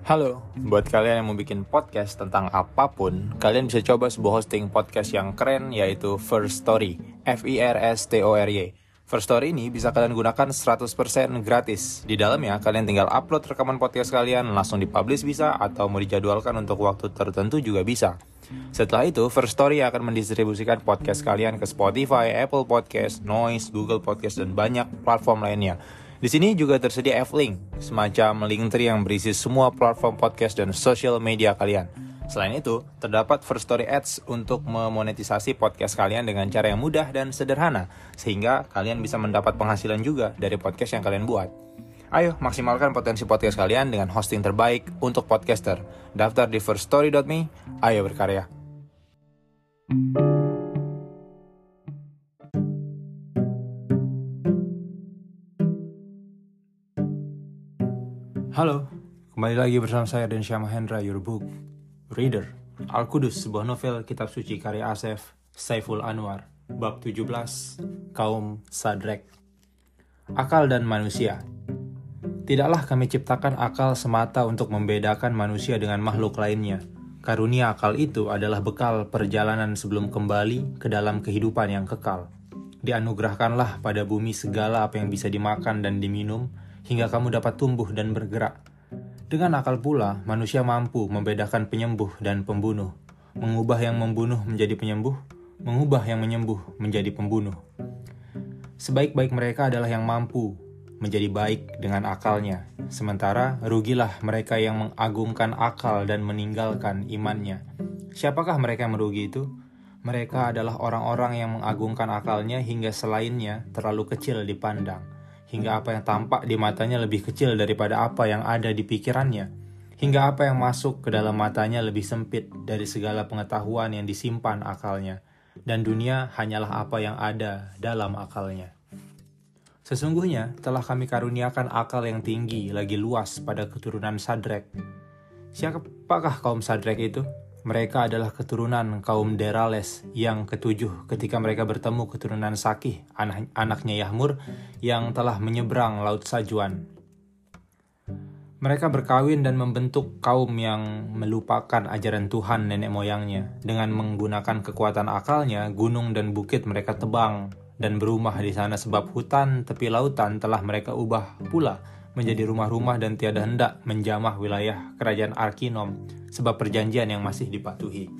Halo, buat kalian yang mau bikin podcast tentang apapun, kalian bisa coba sebuah hosting podcast yang keren yaitu First Story, Firstory. First Story ini bisa kalian gunakan 100% gratis. Di dalamnya kalian tinggal upload rekaman podcast kalian, langsung dipublish bisa, atau mau dijadwalkan untuk waktu tertentu juga bisa. Setelah itu, First Story akan mendistribusikan podcast kalian ke Spotify, Apple Podcast, Noise, Google Podcast, dan banyak platform lainnya. Di sini juga tersedia F-Link, semacam link tree yang berisi semua platform podcast dan social media kalian. Selain itu, terdapat First Story Ads untuk memonetisasi podcast kalian dengan cara yang mudah dan sederhana, sehingga kalian bisa mendapat penghasilan juga dari podcast yang kalian buat. Ayo, maksimalkan potensi podcast kalian dengan hosting terbaik untuk podcaster. Daftar di firststory.me, ayo berkarya. Halo, kembali lagi bersama saya Densyah Mahendra, your book reader. Al-Qudus, sebuah novel kitab suci karya Asef Saiful Anwar. Bab 17, Kaum Sadrek. Akal dan manusia. Tidaklah kami ciptakan akal semata untuk membedakan manusia dengan makhluk lainnya. Karunia akal itu adalah bekal perjalanan sebelum kembali ke dalam kehidupan yang kekal. Dianugerahkanlah pada bumi segala apa yang bisa dimakan dan diminum, hingga kamu dapat tumbuh dan bergerak. Dengan akal pula, manusia mampu membedakan penyembuh dan pembunuh, mengubah yang membunuh menjadi penyembuh, mengubah yang menyembuh menjadi pembunuh. Sebaik-baik mereka adalah yang mampu menjadi baik dengan akalnya, sementara rugilah mereka yang mengagungkan akal dan meninggalkan imannya. Siapakah mereka yang merugi itu? Mereka adalah orang-orang yang mengagungkan akalnya hingga selainnya terlalu kecil dipandang, hingga apa yang tampak di matanya lebih kecil daripada apa yang ada di pikirannya, hingga apa yang masuk ke dalam matanya lebih sempit dari segala pengetahuan yang disimpan akalnya, dan dunia hanyalah apa yang ada dalam akalnya. Sesungguhnya telah kami karuniakan akal yang tinggi lagi luas pada keturunan Sadrek. Siapakah kaum Sadrek itu? Mereka adalah keturunan kaum Derales yang ketujuh ketika mereka bertemu keturunan Sakih, anaknya Yahmur, yang telah menyeberang Laut Sajuan. Mereka berkawin dan membentuk kaum yang melupakan ajaran Tuhan nenek moyangnya. Dengan menggunakan kekuatan akalnya, gunung dan bukit mereka tebang dan berumah di sana, sebab hutan tepi lautan telah mereka ubah pula menjadi rumah-rumah dan tiada hendak menjamah wilayah kerajaan Arkinom, sebab perjanjian yang masih dipatuhi.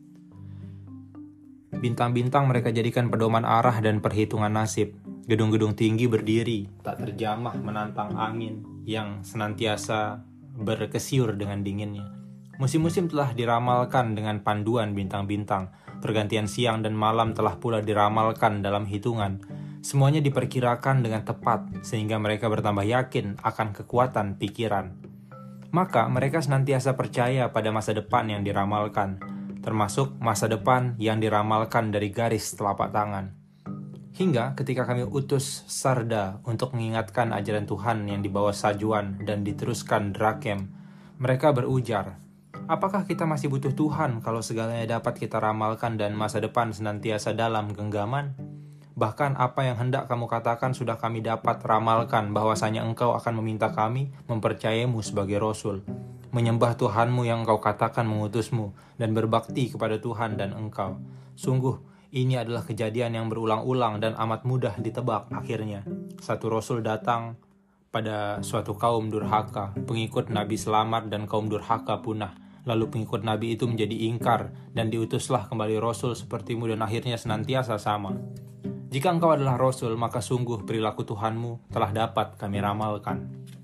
Bintang-bintang mereka jadikan pedoman arah dan perhitungan nasib. Gedung-gedung tinggi berdiri, tak terjamah menantang angin yang senantiasa berkesiur dengan dinginnya. Musim-musim telah diramalkan dengan panduan bintang-bintang. Pergantian siang dan malam telah pula diramalkan dalam hitungan. Semuanya diperkirakan dengan tepat, sehingga mereka bertambah yakin akan kekuatan pikiran. Maka mereka senantiasa percaya pada masa depan yang diramalkan, termasuk masa depan yang diramalkan dari garis telapak tangan. Hingga ketika kami utus Sarda untuk mengingatkan ajaran Tuhan yang dibawa Sajuan dan diteruskan Drakem, mereka berujar, apakah kita masih butuh Tuhan kalau segalanya dapat kita ramalkan dan masa depan senantiasa dalam genggaman? Bahkan apa yang hendak kamu katakan sudah kami dapat ramalkan, bahwasanya engkau akan meminta kami mempercayamu sebagai Rasul, menyembah Tuhanmu yang engkau katakan mengutusmu, dan berbakti kepada Tuhan dan engkau. Sungguh, ini adalah kejadian yang berulang-ulang dan amat mudah ditebak akhirnya. Satu Rasul datang pada suatu kaum durhaka, pengikut Nabi selamat dan kaum durhaka punah. Lalu pengikut Nabi itu menjadi ingkar, dan diutuslah kembali Rasul sepertimu, dan akhirnya senantiasa sama. Jika engkau adalah Rasul, maka sungguh perilaku Tuhanmu telah dapat kami ramalkan.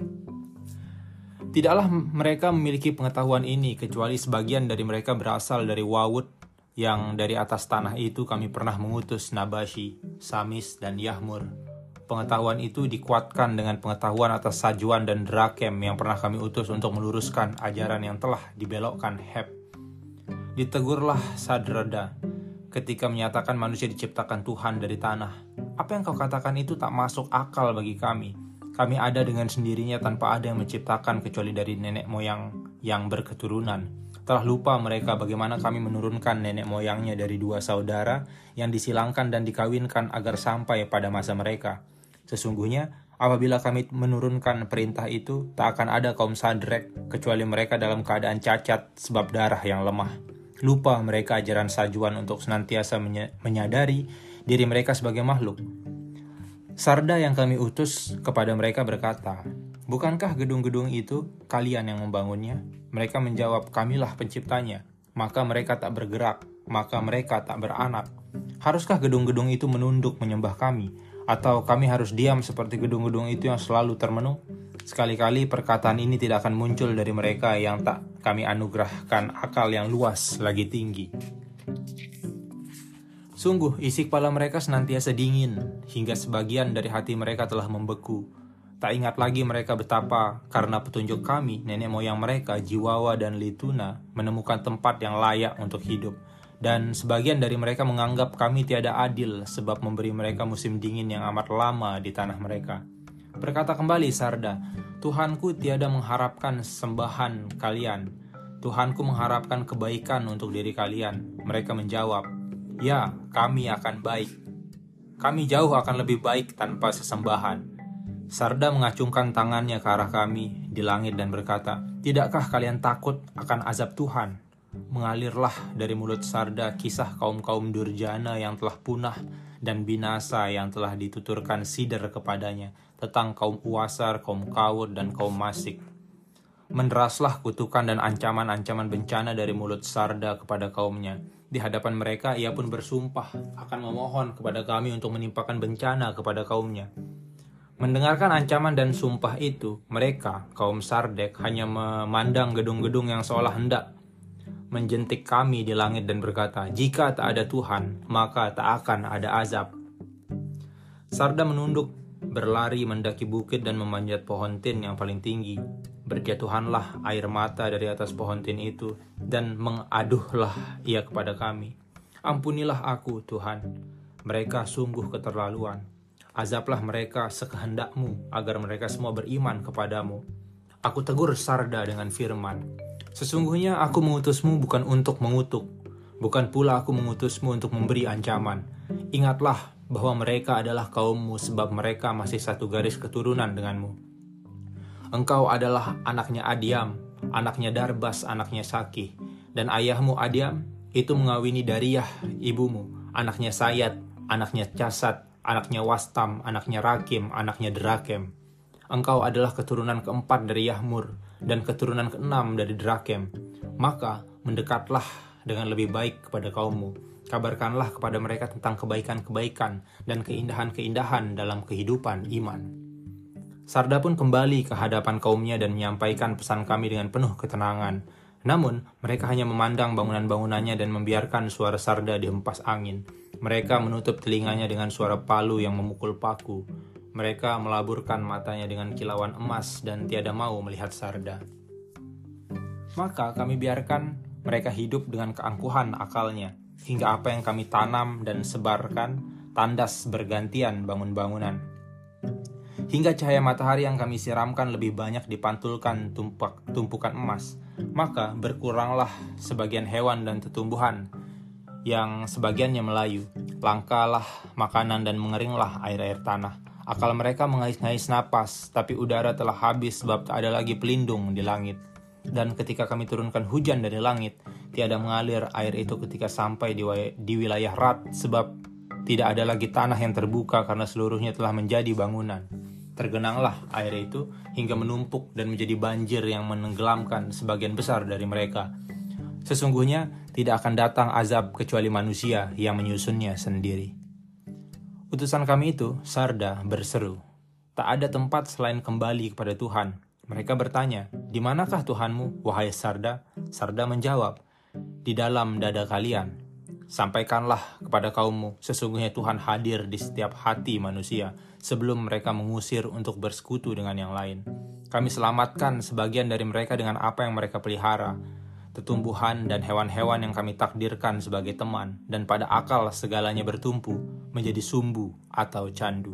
Tidaklah mereka memiliki pengetahuan ini, kecuali sebagian dari mereka berasal dari Wawud, yang dari atas tanah itu kami pernah mengutus Nabashi, Samis, dan Yahmur. Pengetahuan itu dikuatkan dengan pengetahuan atas Sajuan dan Drakem yang pernah kami utus untuk meluruskan ajaran yang telah dibelokkan Heb. Ditegurlah Sadrada ketika menyatakan manusia diciptakan Tuhan dari tanah. Apa yang kau katakan itu tak masuk akal bagi kami. Kami ada dengan sendirinya tanpa ada yang menciptakan kecuali dari nenek moyang yang berketurunan. Telah lupa mereka bagaimana kami menurunkan nenek moyangnya dari dua saudara yang disilangkan dan dikawinkan agar sampai pada masa mereka. Sesungguhnya Apabila kami menurunkan perintah itu, tak akan ada kaum Sadrek kecuali mereka dalam keadaan cacat sebab darah yang lemah. Lupa mereka ajaran Sajuan untuk senantiasa menyadari diri mereka sebagai makhluk. Sarda yang kami utus kepada mereka berkata, "Bukankah gedung-gedung itu kalian yang membangunnya?" Mereka menjawab, "Kamilah penciptanya." Maka mereka tak bergerak, maka mereka tak beranak. Haruskah gedung-gedung itu menunduk menyembah kami? Atau kami harus diam seperti gedung-gedung itu yang selalu termenung? Sekali-kali perkataan ini tidak akan muncul dari mereka yang tak kami anugerahkan akal yang luas lagi tinggi. Sungguh, isi kepala mereka senantiasa dingin, hingga sebagian dari hati mereka telah membeku. Tak ingat lagi mereka betapa, karena petunjuk kami, nenek moyang mereka, Jiwawa dan Lituna, menemukan tempat yang layak untuk hidup. Dan sebagian dari mereka menganggap kami tiada adil sebab memberi mereka musim dingin yang amat lama di tanah mereka. Berkata kembali Sarda, "Tuhanku tiada mengharapkan sembahan kalian. Tuhanku mengharapkan kebaikan untuk diri kalian." Mereka menjawab, "Ya, kami akan baik. Kami jauh akan lebih baik tanpa sesembahan." Sarda mengacungkan tangannya ke arah kami di langit dan berkata, "Tidakkah kalian takut akan azab Tuhan?" Mengalirlah dari mulut Sarda kisah kaum-kaum Durjana yang telah punah dan binasa yang telah dituturkan Sidr kepadanya, tentang kaum Uasar, kaum Kawud, dan kaum Masik. Menderaslah kutukan dan ancaman-ancaman bencana dari mulut Sarda kepada kaumnya. Di hadapan mereka ia pun bersumpah akan memohon kepada kami untuk menimpakan bencana kepada kaumnya. Mendengarkan ancaman dan sumpah itu, mereka, kaum Sardek, hanya memandang gedung-gedung yang seolah hendak menjentik kami di langit dan berkata, "Jika tak ada Tuhan, maka tak akan ada azab." Sarda menunduk, berlari mendaki bukit dan memanjat pohon tin yang paling tinggi. Berjatuhanlah air mata dari atas pohon tin itu, dan mengaduhlah ia kepada kami, "Ampunilah aku, Tuhan. Mereka sungguh keterlaluan. Azablah mereka sekehendakmu, agar mereka semua beriman kepadamu." Aku tegur Sarda dengan firman, "Sesungguhnya aku mengutusmu bukan untuk mengutuk, bukan pula aku mengutusmu untuk memberi ancaman. Ingatlah bahwa mereka adalah kaummu sebab mereka masih satu garis keturunan denganmu. Engkau adalah anaknya Adiam, anaknya Darbas, anaknya Sakih, dan ayahmu Adiam itu mengawini Dariyah, ibumu, anaknya Sayat, anaknya Casat, anaknya Wastam, anaknya Rakim, anaknya Derakem. Engkau adalah keturunan keempat dari Yahmur, dan keturunan keenam dari Drakem. Maka mendekatlah dengan lebih baik kepada kaummu. Kabarkanlah kepada mereka tentang kebaikan-kebaikan dan keindahan-keindahan dalam kehidupan iman." Sarda pun kembali ke hadapan kaumnya dan menyampaikan pesan kami dengan penuh ketenangan. Namun, mereka hanya memandang bangunan-bangunannya dan membiarkan suara Sarda dihempas angin. Mereka menutup telinganya dengan suara palu yang memukul paku. Mereka melaburkan matanya dengan kilauan emas dan tiada mau melihat Sarda. Maka kami biarkan mereka hidup dengan keangkuhan akalnya, hingga apa yang kami tanam dan sebarkan tandas bergantian bangun-bangunan. Hingga cahaya matahari yang kami siramkan lebih banyak dipantulkan tumpukan emas. Maka berkuranglah sebagian hewan dan tumbuhan, yang sebagiannya melayu. Langkalah makanan dan mengeringlah air-air tanah. Akal mereka mengais-ngais napas, tapi udara telah habis sebab tak ada lagi pelindung di langit. Dan ketika kami turunkan hujan dari langit, tiada mengalir air itu ketika sampai di wilayah Rat, sebab tidak ada lagi tanah yang terbuka karena seluruhnya telah menjadi bangunan. Tergenanglah air itu hingga menumpuk dan menjadi banjir yang menenggelamkan sebagian besar dari mereka. Sesungguhnya tidak akan datang azab kecuali manusia yang menyusunnya sendiri. Utusan kami itu, Sarda, berseru, "Tak ada tempat selain kembali kepada Tuhan." Mereka bertanya, "Di manakah Tuhanmu, wahai Sarda?" Sarda menjawab, "Di dalam dada kalian. Sampaikanlah kepada kaummu, sesungguhnya Tuhan hadir di setiap hati manusia, sebelum mereka mengusir untuk bersekutu dengan yang lain. Kami selamatkan sebagian dari mereka dengan apa yang mereka pelihara, tumbuhan dan hewan-hewan yang kami takdirkan sebagai teman, dan pada akal segalanya bertumpu menjadi sumbu atau candu."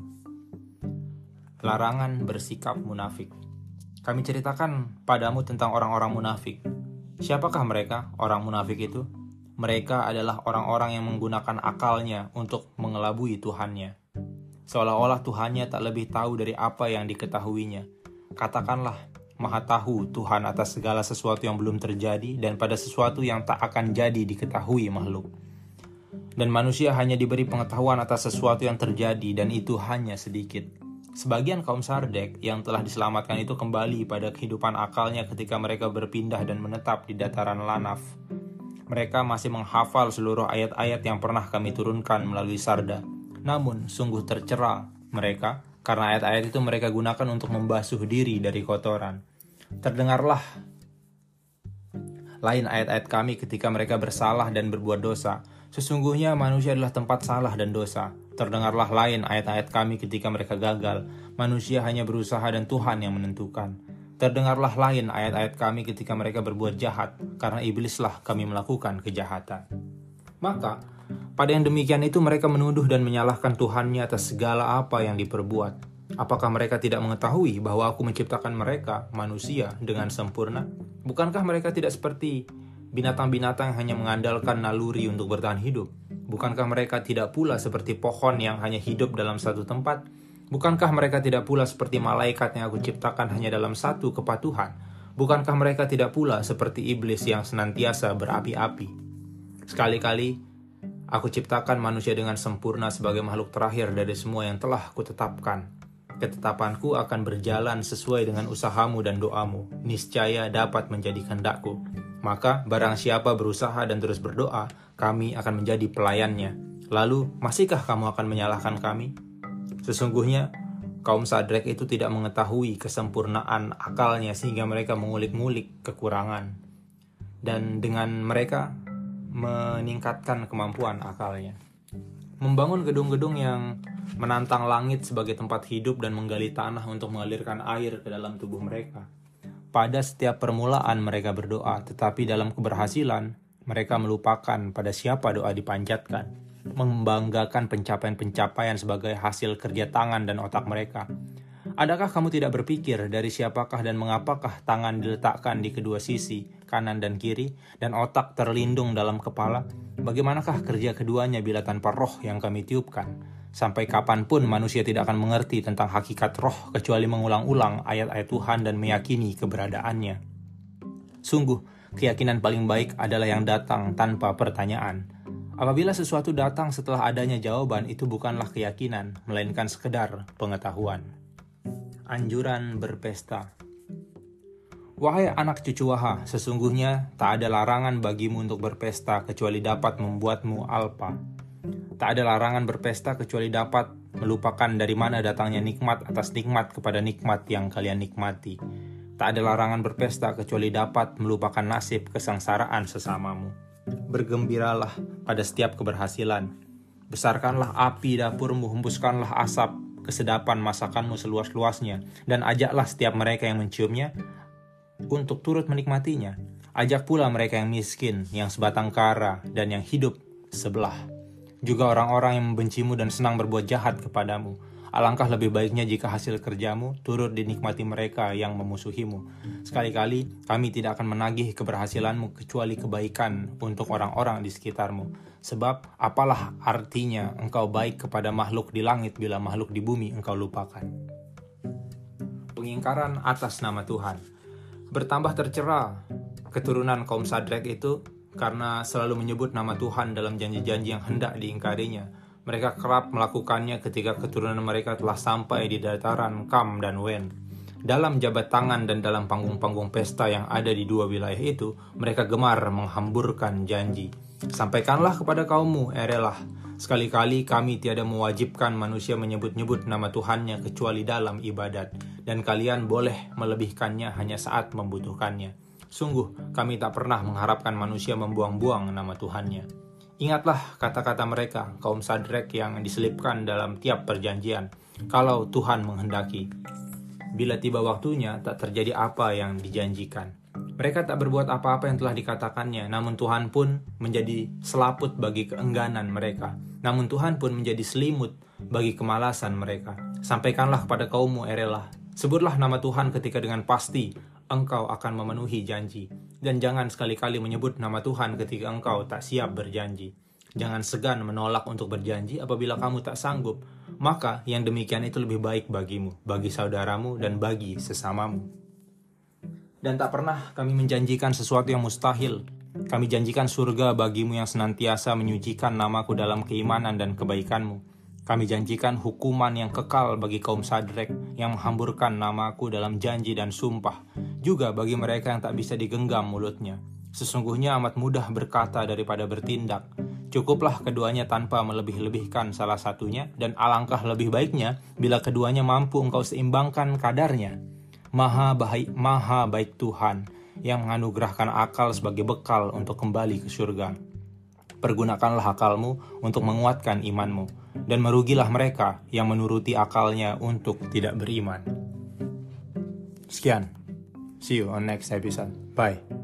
Larangan bersikap munafik. Kami ceritakan padamu tentang orang-orang munafik. Siapakah mereka, orang munafik itu? Mereka adalah orang-orang yang menggunakan akalnya untuk mengelabui Tuhannya. seolah-olah Tuhannya tak lebih tahu dari apa yang diketahuinya. Katakanlah, Maha tahu Tuhan atas segala sesuatu yang belum terjadi dan pada sesuatu yang tak akan jadi diketahui makhluk. Dan manusia hanya diberi pengetahuan atas sesuatu yang terjadi, dan itu hanya sedikit. Sebagian kaum Sardek yang telah diselamatkan itu kembali pada kehidupan akalnya ketika mereka berpindah dan menetap di dataran Lanaf. Mereka masih menghafal seluruh ayat-ayat yang pernah kami turunkan melalui Sarda. Namun sungguh tercela mereka karena ayat-ayat itu mereka gunakan untuk membasuh diri dari kotoran. Terdengarlah lain ayat-ayat kami ketika mereka bersalah dan berbuat dosa. Sesungguhnya manusia adalah tempat salah dan dosa. Terdengarlah lain ayat-ayat kami ketika mereka gagal. Manusia hanya berusaha dan Tuhan yang menentukan. Terdengarlah lain ayat-ayat kami ketika mereka berbuat jahat, karena iblislah kami melakukan kejahatan. Maka, pada yang demikian itu mereka menuduh dan menyalahkan Tuhannya atas segala apa yang diperbuat. Apakah mereka tidak mengetahui bahwa aku menciptakan mereka, manusia, dengan sempurna? Bukankah mereka tidak seperti binatang-binatang yang hanya mengandalkan naluri untuk bertahan hidup? Bukankah mereka tidak pula seperti pohon yang hanya hidup dalam satu tempat? Bukankah mereka tidak pula seperti malaikat yang aku ciptakan hanya dalam satu kepatuhan? Bukankah mereka tidak pula seperti iblis yang senantiasa berapi-api? Sekali-kali, aku ciptakan manusia dengan sempurna sebagai makhluk terakhir dari semua yang telah kutetapkan. Ketetapanku akan berjalan sesuai dengan usahamu dan doamu. Niscaya dapat menjadi kehendakku. Maka barang siapa berusaha dan terus berdoa, kami akan menjadi pelayannya. Lalu, masihkah kamu akan menyalahkan kami? Sesungguhnya, kaum Sadrek itu tidak mengetahui kesempurnaan akalnya sehingga mereka mengulik-ngulik kekurangan. Dan dengan mereka meningkatkan kemampuan akalnya. Membangun gedung-gedung yang menantang langit sebagai tempat hidup dan menggali tanah untuk mengalirkan air ke dalam tubuh mereka. Pada setiap permulaan mereka berdoa, tetapi dalam keberhasilan mereka melupakan pada siapa doa dipanjatkan, membanggakan pencapaian-pencapaian sebagai hasil kerja tangan dan otak mereka. Adakah kamu tidak berpikir dari siapakah dan mengapakah tangan diletakkan di kedua sisi, kanan dan kiri, dan otak terlindung dalam kepala? Bagaimanakah kerja keduanya bila tanpa roh yang kami tiupkan? Sampai kapanpun manusia tidak akan mengerti tentang hakikat roh kecuali mengulang-ulang ayat-ayat Tuhan dan meyakini keberadaannya. Sungguh, keyakinan paling baik adalah yang datang tanpa pertanyaan. Apabila sesuatu datang setelah adanya jawaban, itu bukanlah keyakinan, melainkan sekedar pengetahuan. Anjuran berpesta. Wahai anak cucu Waha, sesungguhnya tak ada larangan bagimu untuk berpesta kecuali dapat membuatmu alpa. Tak ada larangan berpesta kecuali dapat melupakan dari mana datangnya nikmat atas nikmat kepada nikmat yang kalian nikmati. Tak ada larangan berpesta kecuali dapat melupakan nasib kesengsaraan sesamamu. Bergembiralah pada setiap keberhasilan. Besarkanlah api dapurmu, hembuskanlah asap kesedapan masakanmu seluas-luasnya, dan ajaklah setiap mereka yang menciumnya untuk turut menikmatinya. Ajak pula mereka yang miskin, yang sebatang kara, dan yang hidup sebelah. Juga orang-orang yang membencimu dan senang berbuat jahat kepadamu. Alangkah lebih baiknya jika hasil kerjamu turut dinikmati mereka yang memusuhimu. Sekali-kali kami tidak akan menagih keberhasilanmu kecuali kebaikan untuk orang-orang di sekitarmu. Sebab apalah artinya engkau baik kepada makhluk di langit bila makhluk di bumi engkau lupakan. Pengingkaran atas nama Tuhan. Bertambah tercela keturunan kaum Sadrek itu karena selalu menyebut nama Tuhan dalam janji-janji yang hendak diingkarinya. Mereka kerap melakukannya ketika keturunan mereka telah sampai di dataran Kam dan Wen. Dalam jabat tangan dan dalam panggung-panggung pesta yang ada di dua wilayah itu, mereka gemar menghamburkan janji. Sampaikanlah kepada kaummu, Erelah, sekali-kali kami tiada mewajibkan manusia menyebut-nyebut nama Tuhannya kecuali dalam ibadat, dan kalian boleh melebihkannya hanya saat membutuhkannya. Sungguh, kami tak pernah mengharapkan manusia membuang-buang nama Tuhannya. Ingatlah kata-kata mereka, kaum Sadrek yang diselipkan dalam tiap perjanjian, kalau Tuhan menghendaki. Bila tiba waktunya, tak terjadi apa yang dijanjikan. Mereka tak berbuat apa-apa yang telah dikatakannya, namun Tuhan pun menjadi selaput bagi keengganan mereka. Namun Tuhan pun menjadi selimut bagi kemalasan mereka. Sampaikanlah kepada kaummu, Erelah, sebutlah nama Tuhan ketika dengan pasti engkau akan memenuhi janji. Dan jangan sekali-kali menyebut nama Tuhan ketika engkau tak siap berjanji. Jangan segan menolak untuk berjanji apabila kamu tak sanggup. Maka yang demikian itu lebih baik bagimu, bagi saudaramu, dan bagi sesamamu. Dan tak pernah kami menjanjikan sesuatu yang mustahil. Kami janjikan surga bagimu yang senantiasa menyucikan namaku dalam keimanan dan kebaikanmu. Kami janjikan hukuman yang kekal bagi kaum Sadrek yang menghamburkan namaku dalam janji dan sumpah. Juga bagi mereka yang tak bisa digenggam mulutnya. Sesungguhnya amat mudah berkata daripada bertindak. Cukuplah keduanya tanpa melebih-lebihkan salah satunya, dan alangkah lebih baiknya bila keduanya mampu engkau seimbangkan kadarnya. Maha baik Tuhan yang menganugerahkan akal sebagai bekal untuk kembali ke surga. Pergunakanlah akalmu untuk menguatkan imanmu, dan merugilah mereka yang menuruti akalnya untuk tidak beriman. Sekian. See you on next episode. Bye.